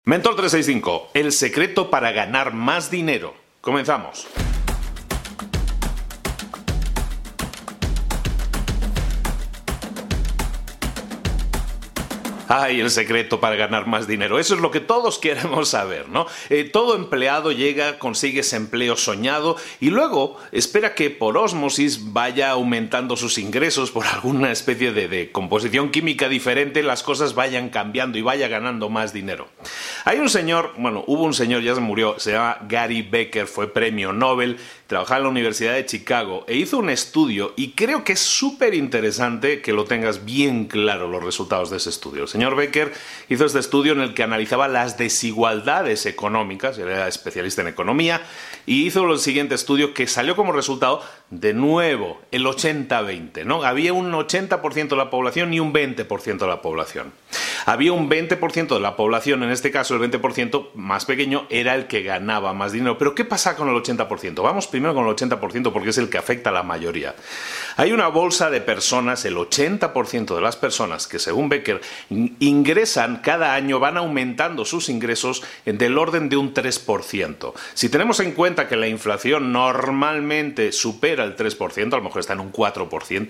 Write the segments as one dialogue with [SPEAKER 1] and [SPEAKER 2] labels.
[SPEAKER 1] Mentor 365, el secreto para ganar más dinero. Comenzamos. Ay, el secreto para ganar más dinero. Eso es lo que todos queremos saber, ¿no? Todo empleado llega, consigue ese empleo soñado y luego espera que por ósmosis vaya aumentando sus ingresos por alguna especie de composición química diferente, las cosas vayan cambiando y vaya ganando más dinero. Hay un señor, hubo un señor, ya se murió, se llama Gary Becker, fue premio Nobel, trabajaba en la Universidad de Chicago e hizo un estudio y creo que es súper interesante que lo tengas bien claro los resultados de ese estudio. El señor Becker hizo este estudio en el que analizaba las desigualdades económicas, él era especialista en economía, y hizo el siguiente estudio que salió como resultado, de nuevo, el 80-20, ¿no? Había un 80% de la población y un 20% de la población. Había un 20% de la población, en este caso el 20% más pequeño, era el que ganaba más dinero. Pero ¿qué pasa con el 80%? Vamos primero con el 80% porque es el que afecta a la mayoría. Hay una bolsa de personas, el 80% de las personas que según Becker ingresan cada año, van aumentando sus ingresos del orden de un 3%. Si tenemos en cuenta que la inflación normalmente supera el 3%, a lo mejor está en un 4%,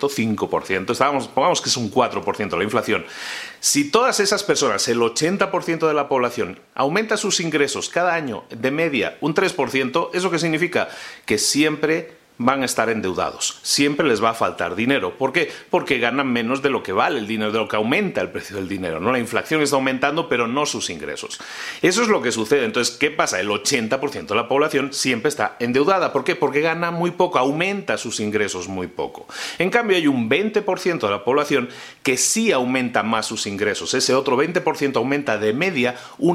[SPEAKER 1] 5%, pongamos que es un 4% la inflación. Si todas esas personas, el 80% de la población, aumenta sus ingresos cada año de media un 3%, ¿eso qué significa? Que siempre van a estar endeudados, siempre les va a faltar dinero. ¿Por qué? Porque ganan menos de lo que vale el dinero, de lo que aumenta el precio del dinero, ¿no? La inflación está aumentando, pero no sus ingresos. Eso es lo que sucede. Entonces, ¿qué pasa? El 80% de la población siempre está endeudada. ¿Por qué? Porque gana muy poco, aumenta sus ingresos muy poco. En cambio, hay un 20% de la población que sí aumenta más sus ingresos. Ese otro 20% aumenta de media un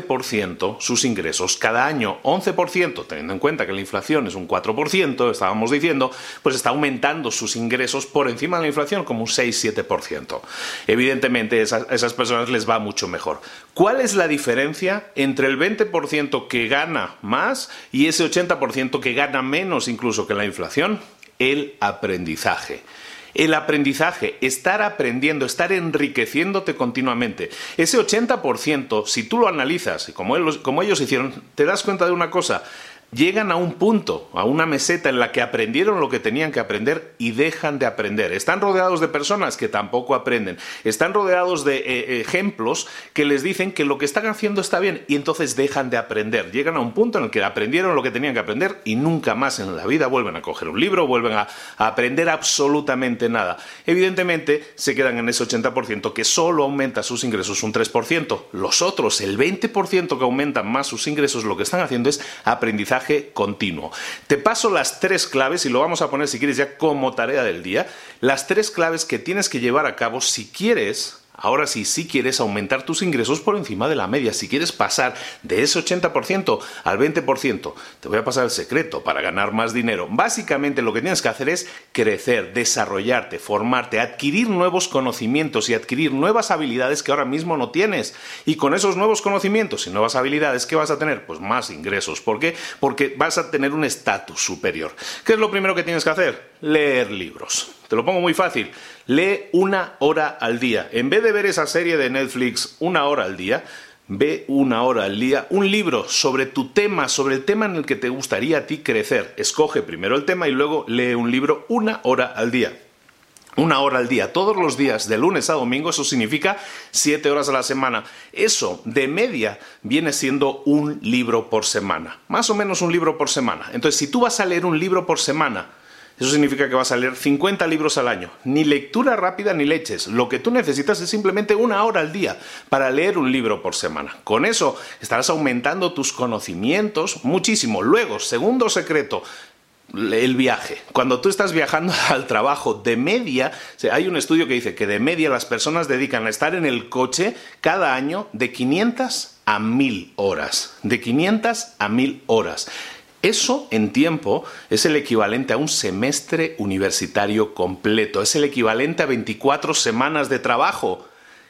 [SPEAKER 1] 11% sus ingresos cada año. 11%, teniendo en cuenta que la inflación es un 4%, estábamos diciendo, pues está aumentando sus ingresos por encima de la inflación como un 6-7%. Evidentemente, a esas personas les va mucho mejor. ¿Cuál es la diferencia entre el 20% que gana más y ese 80% que gana menos incluso que la inflación? El aprendizaje. El aprendizaje, estar aprendiendo, estar enriqueciéndote continuamente. Ese 80%, si tú lo analizas, y como ellos hicieron, te das cuenta de una cosa. Llegan a un punto, a una meseta en la que aprendieron lo que tenían que aprender y dejan de aprender. Están rodeados de personas que tampoco aprenden. Están rodeados de ejemplos que les dicen que lo que están haciendo está bien y entonces dejan de aprender. Llegan a un punto en el que aprendieron lo que tenían que aprender y nunca más en la vida vuelven a coger un libro, vuelven a aprender absolutamente nada. Evidentemente se quedan en ese 80% que solo aumenta sus ingresos un 3%. Los otros, el 20% que aumentan más sus ingresos, lo que están haciendo es aprendizaje continuo. Te paso las 3 claves y lo vamos a poner si quieres ya como tarea del día. Las 3 claves que tienes que llevar a cabo si quieres, ahora sí, si quieres aumentar tus ingresos por encima de la media, si quieres pasar de ese 80% al 20%, te voy a pasar el secreto para ganar más dinero. Básicamente lo que tienes que hacer es crecer, desarrollarte, formarte, adquirir nuevos conocimientos y adquirir nuevas habilidades que ahora mismo no tienes. Y con esos nuevos conocimientos y nuevas habilidades, ¿qué vas a tener? Pues más ingresos. ¿Por qué? Porque vas a tener un estatus superior. ¿Qué es lo primero que tienes que hacer? Leer libros. Te lo pongo muy fácil. Lee 1 hora al día. En vez de ver esa serie de Netflix 1 hora al día, ve 1 hora al día un libro sobre tu tema, sobre el tema en el que te gustaría a ti crecer. Escoge primero el tema y luego lee un libro 1 hora al día. 1 hora al día, todos los días, de lunes a domingo, eso significa 7 horas a la semana. Eso, de media, viene siendo un libro por semana. Más o menos un libro por semana. Entonces, si tú vas a leer un libro por semana, eso significa que vas a leer 50 libros al año. Ni lectura rápida ni leches. Lo que tú necesitas es simplemente 1 hora al día para leer un libro por semana. Con eso estarás aumentando tus conocimientos muchísimo. Luego, segundo secreto, el viaje. Cuando tú estás viajando al trabajo, de media, hay un estudio que dice que de media las personas dedican a estar en el coche cada año de 500 a 1000 horas. De 500 a 1000 horas. Eso, en tiempo, es el equivalente a un semestre universitario completo. Es el equivalente a 24 semanas de trabajo.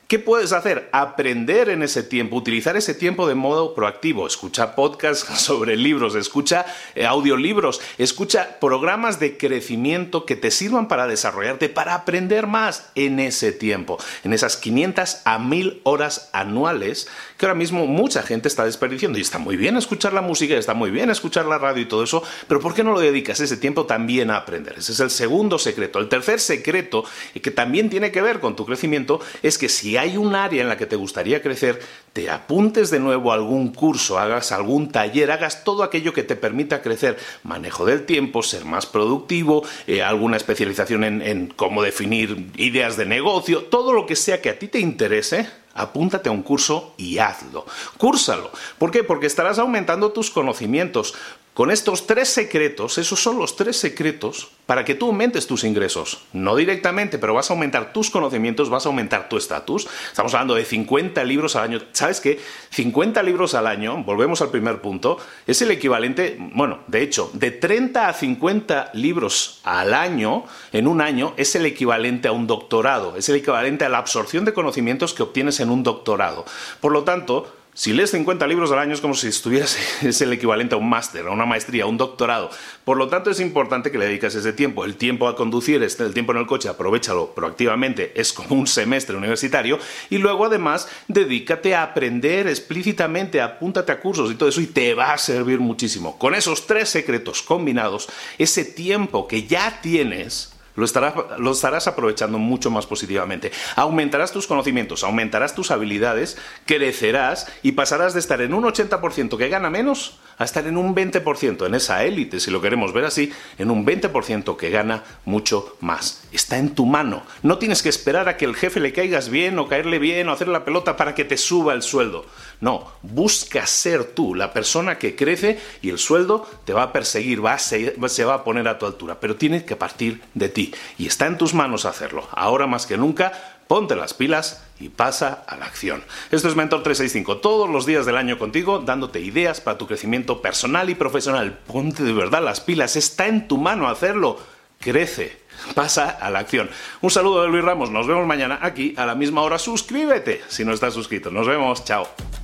[SPEAKER 1] ¿Qué puedes hacer? Aprender en ese tiempo, utilizar ese tiempo de modo proactivo. Escucha podcasts sobre libros, escucha audiolibros, escucha programas de crecimiento que te sirvan para desarrollarte, para aprender más en ese tiempo, en esas 500 a 1000 horas anuales que ahora mismo mucha gente está desperdiciando. Y está muy bien escuchar la música, está muy bien escuchar la radio y todo eso, pero ¿por qué no lo dedicas ese tiempo también a aprender? Ese es el segundo secreto. El tercer secreto, que también tiene que ver con tu crecimiento, es que si hay un área en la que te gustaría crecer, te apuntes de nuevo a algún curso, hagas algún taller, hagas todo aquello que te permita crecer. Manejo del tiempo, ser más productivo, alguna especialización en cómo definir ideas de negocio, todo lo que sea que a ti te interese. Apúntate a un curso y hazlo. Cúrsalo. ¿Por qué? Porque estarás aumentando tus conocimientos. Con estos 3 secretos, esos son los 3 secretos para que tú aumentes tus ingresos. No directamente, pero vas a aumentar tus conocimientos, vas a aumentar tu estatus. Estamos hablando de 50 libros al año. ¿Sabes qué? 50 libros al año, volvemos al primer punto, es el equivalente, bueno, de hecho, de 30 a 50 libros al año, en un año, es el equivalente a un doctorado. Es el equivalente a la absorción de conocimientos que obtienes en un doctorado. Por lo tanto, si lees 50 libros al año es como si estuvieras, es el equivalente a un máster, a una maestría, a un doctorado. Por lo tanto, es importante que le dediques ese tiempo. El tiempo a conducir, el tiempo en el coche, aprovéchalo proactivamente, es como un semestre universitario. Y luego, además, dedícate a aprender explícitamente, apúntate a cursos y todo eso, y te va a servir muchísimo. Con esos 3 secretos combinados, ese tiempo que ya tienes lo estarás aprovechando mucho más positivamente. Aumentarás tus conocimientos, aumentarás tus habilidades, crecerás y pasarás de estar en un 80% que gana menos a estar en un 20%, en esa élite, si lo queremos ver así, en un 20% que gana mucho más. Está en tu mano. No tienes que esperar a que el jefe le caigas bien o caerle bien o hacerle la pelota para que te suba el sueldo. No, busca ser tú la persona que crece y el sueldo te va a perseguir, se va a poner a tu altura, pero tienes que partir de ti y está en tus manos hacerlo. Ahora más que nunca, ponte las pilas y pasa a la acción. Esto es Mentor 365, todos los días del año contigo, dándote ideas para tu crecimiento personal y profesional. Ponte de verdad las pilas, está en tu mano hacerlo. Crece, pasa a la acción. Un saludo de Luis Ramos, nos vemos mañana aquí a la misma hora. Suscríbete si no estás suscrito. Nos vemos, chao.